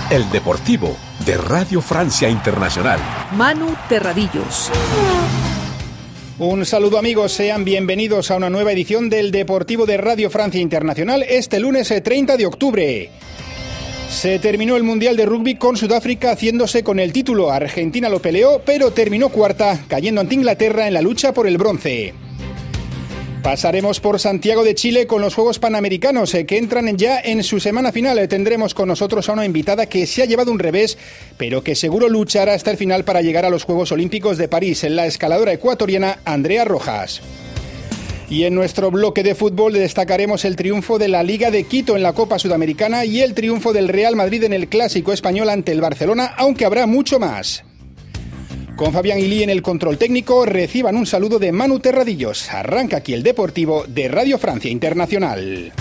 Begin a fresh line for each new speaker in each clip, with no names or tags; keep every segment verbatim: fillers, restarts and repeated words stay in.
El Deportivo de Radio Francia Internacional.
Manu Terradillos.
Un saludo, amigos, sean bienvenidos a una nueva edición del Deportivo de Radio Francia Internacional este lunes treinta de octubre. Se terminó el Mundial de Rugby con Sudáfrica haciéndose con el título. Argentina lo peleó, pero terminó cuarta, cayendo ante Inglaterra en la lucha por el bronce. Pasaremos por Santiago de Chile con los Juegos Panamericanos que entran ya en su semana final. Tendremos con nosotros a una invitada que se ha llevado un revés, pero que seguro luchará hasta el final para llegar a los Juegos Olímpicos de París, en la escaladora ecuatoriana Andrea Rojas. Y en nuestro bloque de fútbol destacaremos el triunfo de la Liga de Quito en la Copa Sudamericana y el triunfo del Real Madrid en el Clásico Español ante el Barcelona, aunque habrá mucho más. Con Fabián Ilí en el control técnico, reciban un saludo de Manu Terradillos. Arranca aquí el Deportivo de Radio Francia Internacional.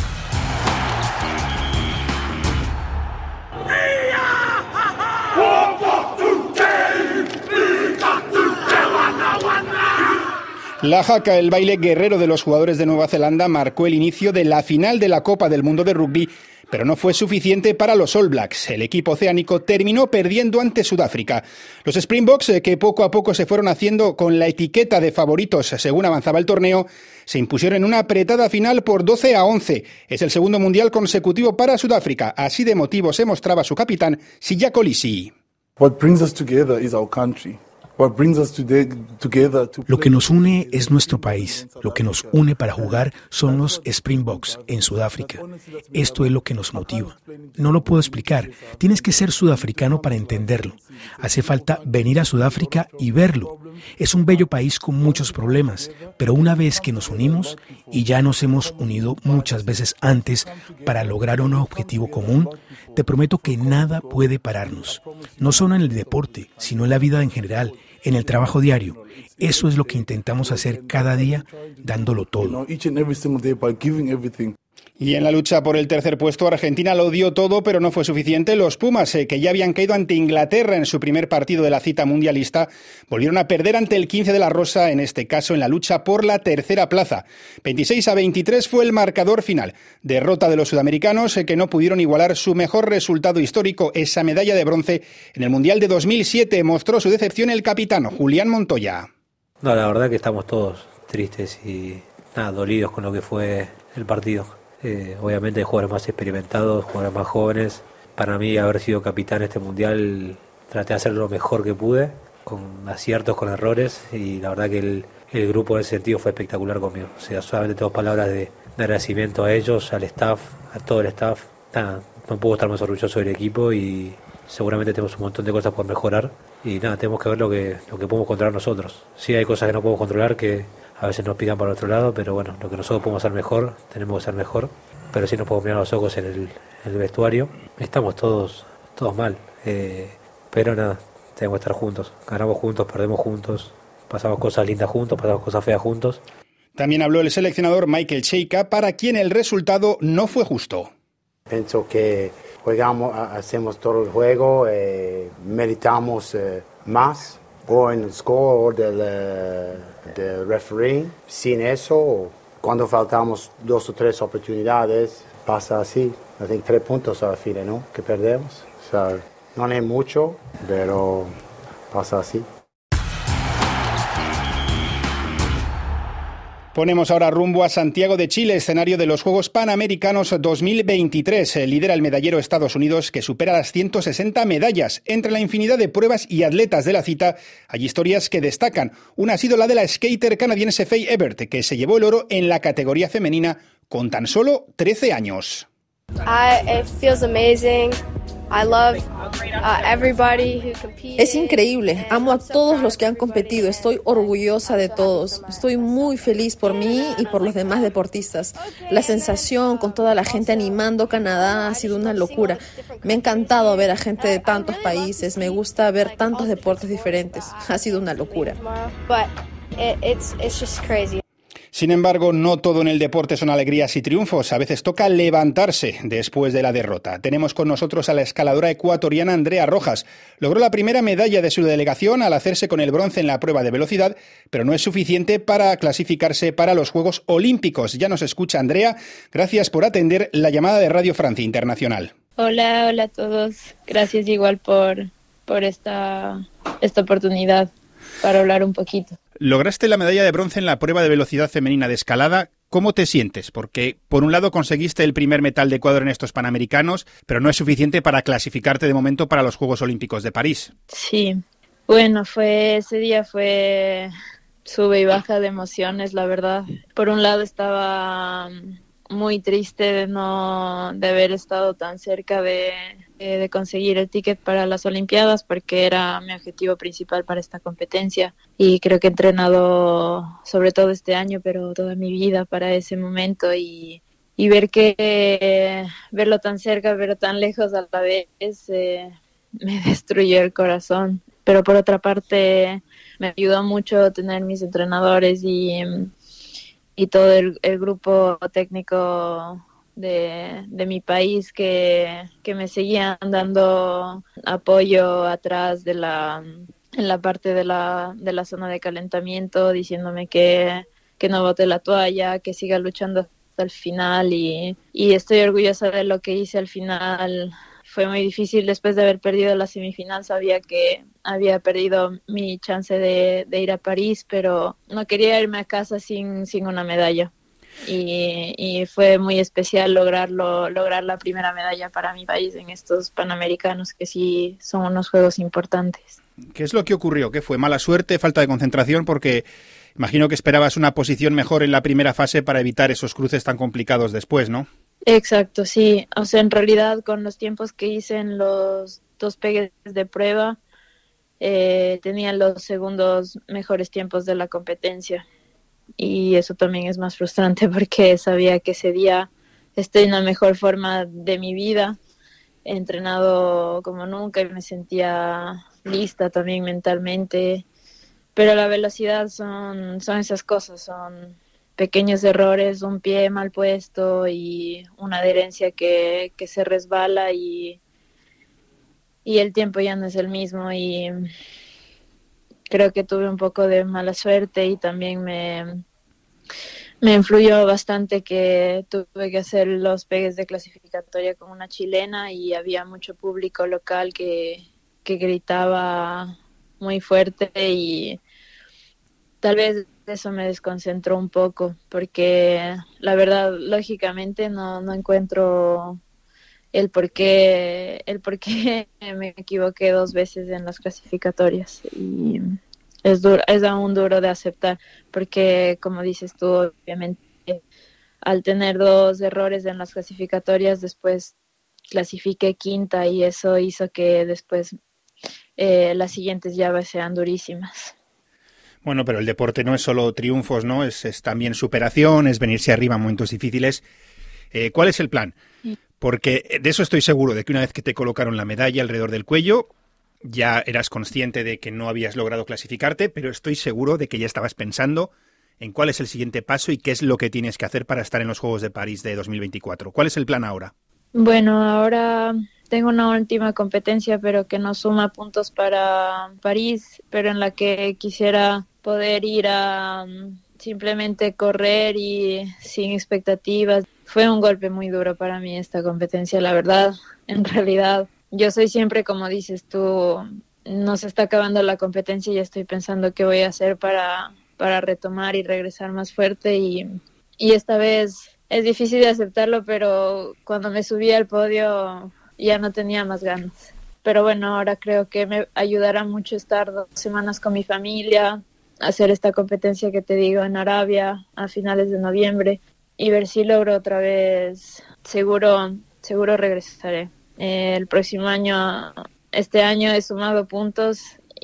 La jaca, el baile guerrero de los jugadores de Nueva Zelanda, marcó el inicio de la final de la Copa del Mundo de Rugby, pero no fue suficiente para los All Blacks. El equipo oceánico terminó perdiendo ante Sudáfrica. Los Springboks, que poco a poco se fueron haciendo con la etiqueta de favoritos según avanzaba el torneo, se impusieron en una apretada final por doce a once. Es el segundo mundial consecutivo para Sudáfrica. Así de emotivo se mostraba su capitán, Siya Kolisi.
What brings us together is our country.
Lo que nos une es nuestro país. Lo que nos une para jugar son los Springboks en Sudáfrica. Esto es lo que nos motiva. No lo puedo explicar. Tienes que ser sudafricano para entenderlo. Hace falta venir a Sudáfrica y verlo. Es un bello país con muchos problemas, pero una vez que nos unimos, y ya nos hemos unido muchas veces antes para lograr un objetivo común, te prometo que nada puede pararnos. No solo en el deporte, sino en la vida en general, en el trabajo diario. Eso es lo que intentamos hacer cada día, dándolo todo.
Y en la lucha por el tercer puesto, Argentina lo dio todo, pero no fue suficiente. Los Pumas, eh, que ya habían caído ante Inglaterra en su primer partido de la cita mundialista, volvieron a perder ante el quince de la Rosa, en este caso en la lucha por la tercera plaza. veintiséis a veintitrés fue el marcador final. Derrota de los sudamericanos, eh, que no pudieron igualar su mejor resultado histórico, esa medalla de bronce en el Mundial de dos mil siete. Mostró su decepción el capitán Julián Montoya.
No, la verdad que estamos todos tristes y nada, dolidos con lo que fue el partido. Eh, obviamente hay jugadores más experimentados, jugadores más jóvenes. Para mí, haber sido capitán de este mundial, traté de hacer lo mejor que pude, con aciertos, con errores, y la verdad que el, el grupo en ese sentido fue espectacular conmigo. O sea, solamente tengo palabras de, de agradecimiento a ellos, al staff, a todo el staff. Nada, no puedo estar más orgulloso del equipo y seguramente tenemos un montón de cosas por mejorar y nada, tenemos que ver lo que, lo que podemos controlar nosotros. Sí, hay cosas que no podemos controlar, que a veces nos pican para otro lado, pero bueno, lo que nosotros podemos hacer mejor, tenemos que ser mejor, pero sí nos podemos mirar los ojos en el, en el vestuario. Estamos todos todos mal, eh, pero nada, tenemos que estar juntos. Ganamos juntos, perdemos juntos, pasamos cosas lindas juntos, pasamos cosas feas juntos.
También habló el seleccionador Michael Cheika, para quien el resultado no fue justo.
Pienso que jugamos, hacemos todo el juego, eh, meritamos eh, más, o en el score del, uh, del referee. Sin eso, cuando faltamos dos o tres oportunidades, pasa así. I think tres puntos a la fila, ¿no? Que perdemos. O sea, no es mucho, pero pasa así.
Ponemos ahora rumbo a Santiago de Chile, escenario de los Juegos Panamericanos dos mil veintitrés. Lidera el medallero Estados Unidos, que supera las ciento sesenta medallas. Entre la infinidad de pruebas y atletas de la cita, hay historias que destacan. Una ha sido la de la skater canadiense Faye Ebert, que se llevó el oro en la categoría femenina con tan solo trece años.
I, it feels amazing. I love uh, everybody who competed.
Es increíble, amo a todos los que han competido, estoy orgullosa de todos, estoy muy feliz por mí y por los demás deportistas. La sensación con toda la gente animando Canadá ha sido una locura. Me ha encantado ver a gente de tantos países, me gusta ver tantos deportes diferentes, ha sido una locura.
But it, it's, it's just crazy.
Sin embargo, no todo en el deporte son alegrías y triunfos. A veces toca levantarse después de la derrota. Tenemos con nosotros a la escaladora ecuatoriana Andrea Rojas. Logró la primera medalla de su delegación al hacerse con el bronce en la prueba de velocidad, pero no es suficiente para clasificarse para los Juegos Olímpicos. Ya nos escucha Andrea. Gracias por atender la llamada de Radio Francia Internacional.
Hola, hola a todos. Gracias igual por, por esta, esta oportunidad para hablar un poquito.
Lograste la medalla de bronce en la prueba de velocidad femenina de escalada. ¿Cómo te sientes? Porque, por un lado, conseguiste el primer metal de Ecuador en estos Panamericanos, pero no es suficiente para clasificarte de momento para los Juegos Olímpicos de París.
Sí, bueno, fue ese día fue sube y baja de emociones, la verdad. Por un lado estaba muy triste de no de haber estado tan cerca de, de conseguir el ticket para las Olimpiadas, porque era mi objetivo principal para esta competencia y creo que he entrenado sobre todo este año, pero toda mi vida para ese momento, y, y ver que eh, verlo tan cerca, verlo tan lejos a la vez, eh, me destruyó el corazón. Pero por otra parte me ayudó mucho tener mis entrenadores y y todo el, el grupo técnico de, de mi país que, que me seguían dando apoyo atrás de la en la parte de la de la zona de calentamiento, diciéndome que, que no bote la toalla, que siga luchando hasta el final, y, y estoy orgullosa de lo que hice al final. Fue muy difícil después de haber perdido la semifinal, sabía que había perdido mi chance de, de ir a París, pero no quería irme a casa sin, sin una medalla. Y, y fue muy especial lograrlo, lograr la primera medalla para mi país en estos Panamericanos, que sí son unos juegos importantes.
¿Qué es lo que ocurrió? ¿Qué fue? ¿Mala suerte? ¿Falta de concentración? Porque imagino que esperabas una posición mejor en la primera fase para evitar esos cruces tan complicados después, ¿no?
Exacto, sí. O sea, en realidad con los tiempos que hice en los dos pegues de prueba, eh, tenía los segundos mejores tiempos de la competencia. Y eso también es más frustrante porque sabía que ese día estoy en la mejor forma de mi vida. He entrenado como nunca y me sentía lista también mentalmente. Pero la velocidad son, son esas cosas, son pequeños errores, un pie mal puesto y una adherencia que, que se resbala y, y el tiempo ya no es el mismo, y creo que tuve un poco de mala suerte y también me, me influyó bastante que tuve que hacer los pegues de clasificatoria con una chilena y había mucho público local que, que gritaba muy fuerte, y tal vez eso me desconcentró un poco, porque la verdad, lógicamente, no, no encuentro el por qué, el por qué me equivoqué dos veces en las clasificatorias. Y es duro, es aún duro de aceptar, porque como dices tú, obviamente, al tener dos errores en las clasificatorias, después clasifiqué quinta y eso hizo que después eh, las siguientes llaves sean durísimas.
Bueno, pero el deporte no es solo triunfos, ¿no? Es, es también superación, es venirse arriba en momentos difíciles. Eh, ¿Cuál es el plan? Porque de eso estoy seguro, de que una vez que te colocaron la medalla alrededor del cuello, ya eras consciente de que no habías logrado clasificarte, pero estoy seguro de que ya estabas pensando en cuál es el siguiente paso y qué es lo que tienes que hacer para estar en los Juegos de París de dos mil veinticuatro. ¿Cuál es el plan ahora?
Bueno, ahora tengo una última competencia, pero que no suma puntos para París, pero en la que quisiera poder ir a um, simplemente correr y sin expectativas. Fue un golpe muy duro para mí esta competencia, la verdad. En realidad, yo soy siempre, como dices tú, no se está acabando la competencia y ya estoy pensando qué voy a hacer para, para retomar y regresar más fuerte, y, y esta vez es difícil de aceptarlo, pero cuando me subí al podio ya no tenía más ganas. Pero bueno, ahora creo que me ayudará mucho estar dos semanas con mi familia, hacer esta competencia que te digo en Arabia a finales de noviembre y ver si logro otra vez. Seguro, seguro regresaré. Eh, el próximo año, este año he sumado puntos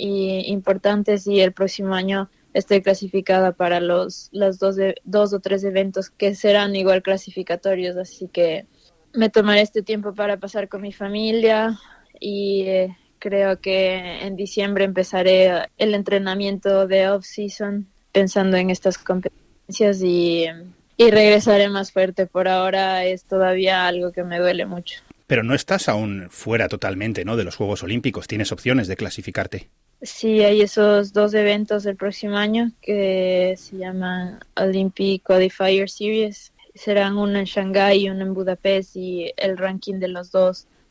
y importantes y el próximo año estoy clasificada para los, los dos, de, dos o tres eventos que serán igual clasificatorios, así que me tomaré este tiempo para pasar con mi familia y eh, creo que en diciembre empezaré el entrenamiento de off-season pensando en estas competencias y, y regresaré más fuerte. Por ahora es todavía algo que me duele mucho.
Pero no estás aún fuera totalmente, ¿no?, de los Juegos Olímpicos. Tienes opciones de clasificarte.
Sí, hay esos dos eventos el próximo año que se llaman Olympic Qualifier Series. Serán uno en Shanghái y uno en Budapest y el ranking de los dos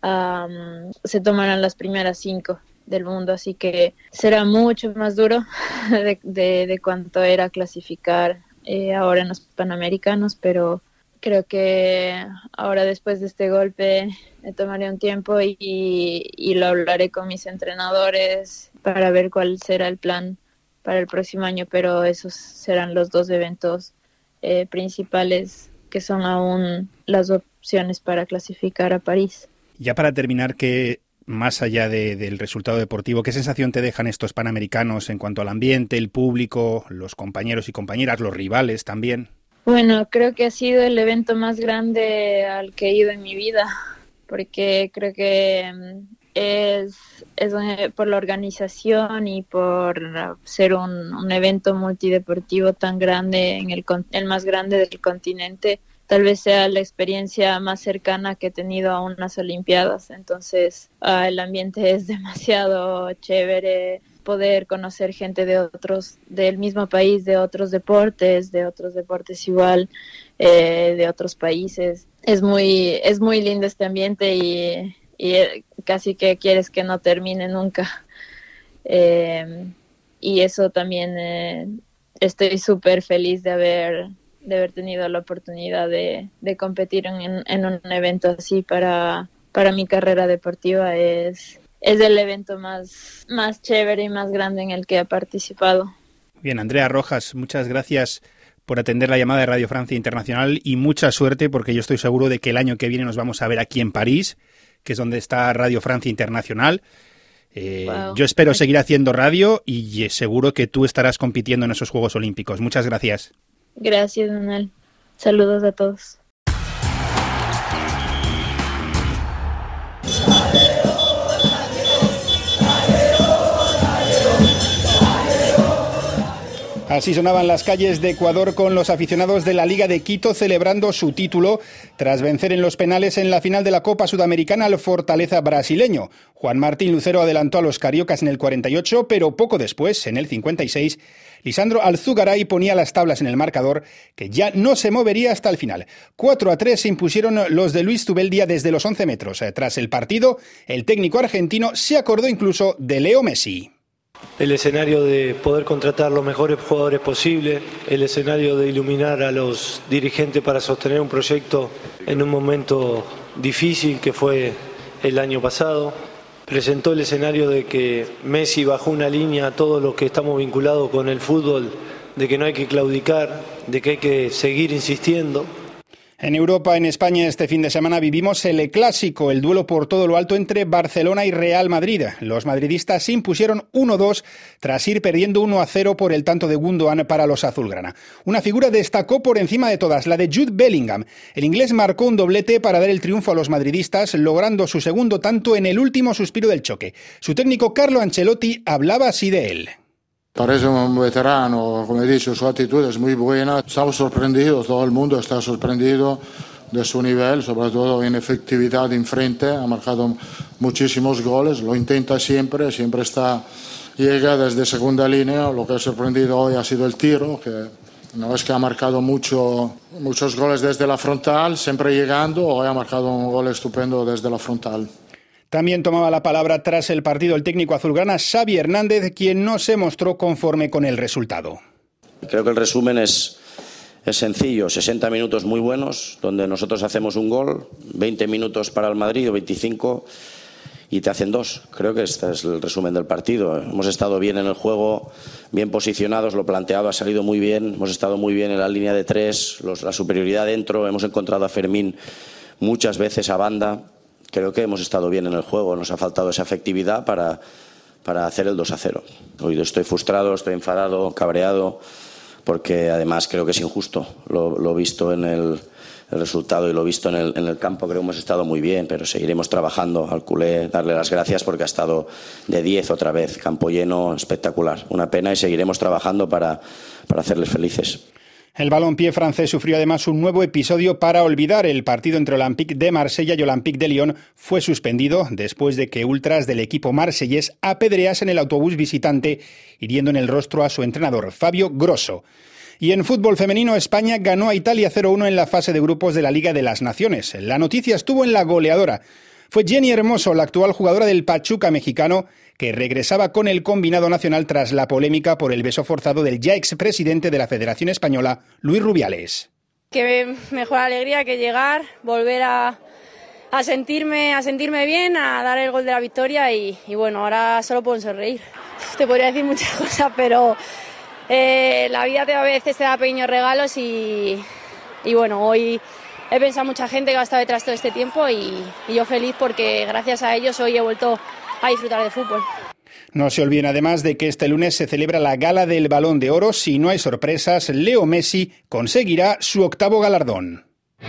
um, se tomarán las primeras cinco del mundo, así que será mucho más duro de, de, de cuanto era clasificar eh, ahora en los Panamericanos, pero creo que ahora después de este golpe me tomaré un tiempo y, y lo hablaré con mis entrenadores para ver cuál será el plan para el próximo año, pero esos serán los dos eventos eh, principales que son aún las opciones para clasificar a París.
Ya para terminar, ¿qué, más allá de, del resultado deportivo, qué sensación te dejan estos Panamericanos en cuanto al ambiente, el público, los compañeros y compañeras, los rivales también?
Bueno, creo que ha sido el evento más grande al que he ido en mi vida, porque creo que es, es por la organización y por ser un, un evento multideportivo tan grande, en el, el más grande del continente. Tal vez sea la experiencia más cercana que he tenido a unas Olimpiadas, entonces uh, el ambiente es demasiado chévere, poder conocer gente de otros, del mismo país, de otros deportes, de otros deportes igual, eh, de otros países. Es muy, es muy lindo este ambiente y, y casi que quieres que no termine nunca. Eh, y eso también eh, estoy súper feliz de haber, de haber tenido la oportunidad de, de competir en, en un evento así para, para mi carrera deportiva. Es Es el evento más, más chévere y más grande en el que he participado.
Bien, Andrea Rojas, muchas gracias por atender la llamada de Radio Francia Internacional y mucha suerte, porque yo estoy seguro de que el año que viene nos vamos a ver aquí en París, que es donde está Radio Francia Internacional. Eh, wow. Yo espero seguir haciendo radio y seguro que tú estarás compitiendo en esos Juegos Olímpicos. Muchas gracias.
Gracias, Donald. Saludos a todos.
Así sonaban las calles de Ecuador con los aficionados de la Liga de Quito celebrando su título tras vencer en los penales en la final de la Copa Sudamericana al Fortaleza brasileño. Juan Martín Lucero adelantó a los cariocas en el cuarenta y ocho, pero poco después, en el cincuenta y seis, Lisandro Alzugaray ponía las tablas en el marcador, que ya no se movería hasta el final. cuatro a tres se impusieron los de Luis Zubeldia desde los once metros. Tras el partido, el técnico argentino se acordó incluso de Leo Messi.
El escenario de poder contratar los mejores jugadores posibles, el escenario de iluminar a los dirigentes para sostener un proyecto en un momento difícil que fue el año pasado. Presentó el escenario de que Messi bajó una línea a todos los que estamos vinculados con el fútbol, de que no hay que claudicar, de que hay que seguir insistiendo.
En Europa, en España, este fin de semana vivimos el clásico, el duelo por todo lo alto entre Barcelona y Real Madrid. Los madridistas se impusieron uno dos tras ir perdiendo uno a cero por el tanto de Gundogan para los azulgrana. Una figura destacó por encima de todas, la de Jude Bellingham. El inglés marcó un doblete para dar el triunfo a los madridistas, logrando su segundo tanto en el último suspiro del choque. Su técnico Carlo Ancelotti hablaba así de él.
Parece un veterano, como he dicho, su actitud es muy buena. Estamos sorprendidos, todo el mundo está sorprendido de su nivel, sobre todo en efectividad en frente. Ha marcado muchísimos goles, lo intenta siempre, siempre está, llega desde segunda línea. Lo que ha sorprendido hoy ha sido el tiro, que no es que ha marcado mucho, muchos goles desde la frontal, siempre llegando. Hoy ha marcado un gol estupendo desde la frontal.
También tomaba la palabra tras el partido el técnico azulgrana Xavi Hernández, quien no se mostró conforme con el resultado.
Creo que el resumen es, es sencillo, sesenta minutos muy buenos, donde nosotros hacemos un gol, veinte minutos para el Madrid o veinticinco y te hacen dos. Creo que este es el resumen del partido. Hemos estado bien en el juego, bien posicionados, lo planteado ha salido muy bien, hemos estado muy bien en la línea de tres, los, la superioridad dentro, hemos encontrado a Fermín muchas veces a banda. Creo que hemos estado bien en el juego, nos ha faltado esa efectividad para, para hacer el dos a cero. Hoy estoy frustrado, estoy enfadado, cabreado, porque además creo que es injusto. Lo, lo visto en el, el resultado y lo visto en el, en el campo, creo que hemos estado muy bien, pero seguiremos trabajando. Al culé, darle las gracias porque ha estado de diez otra vez, campo lleno, espectacular. Una pena y seguiremos trabajando para, para hacerles felices.
El balompié francés sufrió además un nuevo episodio para olvidar. El partido entre Olympique de Marsella y Olympique de Lyon fue suspendido después de que ultras del equipo marsellés apedreasen el autobús visitante, hiriendo en el rostro a su entrenador, Fabio Grosso. Y en fútbol femenino, España ganó a Italia cero uno en la fase de grupos de la Liga de las Naciones. La noticia estuvo en la goleadora. Fue Jenny Hermoso, la actual jugadora del Pachuca mexicano, que regresaba con el combinado nacional tras la polémica por el beso forzado del ya expresidente de la Federación Española, Luis Rubiales.
Qué mejor alegría que llegar, volver a, a, sentirme, a sentirme bien, a dar el gol de la victoria y, y bueno, ahora solo puedo sonreír. Te podría decir muchas cosas, pero eh, la vida te, a veces te da pequeños regalos y, y bueno, hoy he pensado mucha gente que ha estado detrás todo este tiempo y, y yo feliz porque gracias a ellos hoy he vuelto a disfrutar de fútbol.
No se olviden además de que este lunes se celebra la Gala del Balón de Oro. Si no hay sorpresas, Leo Messi conseguirá su octavo galardón.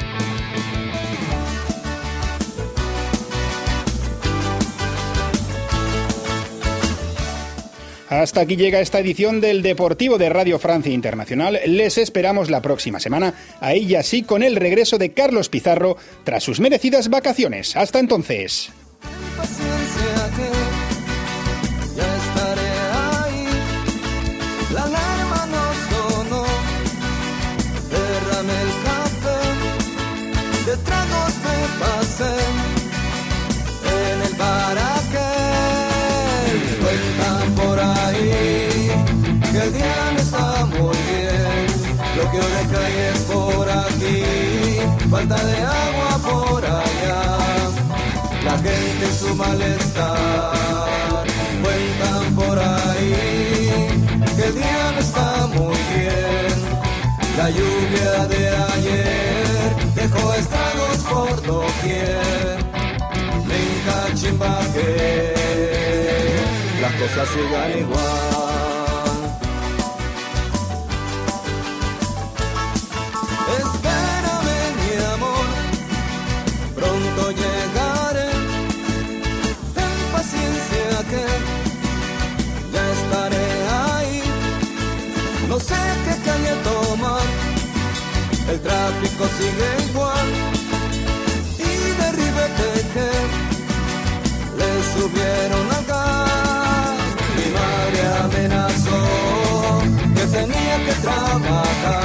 Hasta aquí llega esta edición del Deportivo de Radio Francia Internacional. Les esperamos la próxima semana, ahí ya sí con el regreso de Carlos Pizarro tras sus merecidas vacaciones. Hasta entonces.
De tragos me pasé en el bar aquel. Cuentan por ahí que el día no está muy bien. Lo que hoy recae es por aquí, falta de agua por allá. La gente en su malestar. Cuentan por ahí que el día no está muy bien. La lluvia de ayer dejó estragos por doquier. Me encachimba que las cosas sigan igual. Espérame, mi amor, pronto llegaré. Ten paciencia que ya estaré ahí. No sé qué calle tomar, el tráfico sigue igual. Y de Ribete que le subieron al gas. Mi madre amenazó que tenía que trabajar.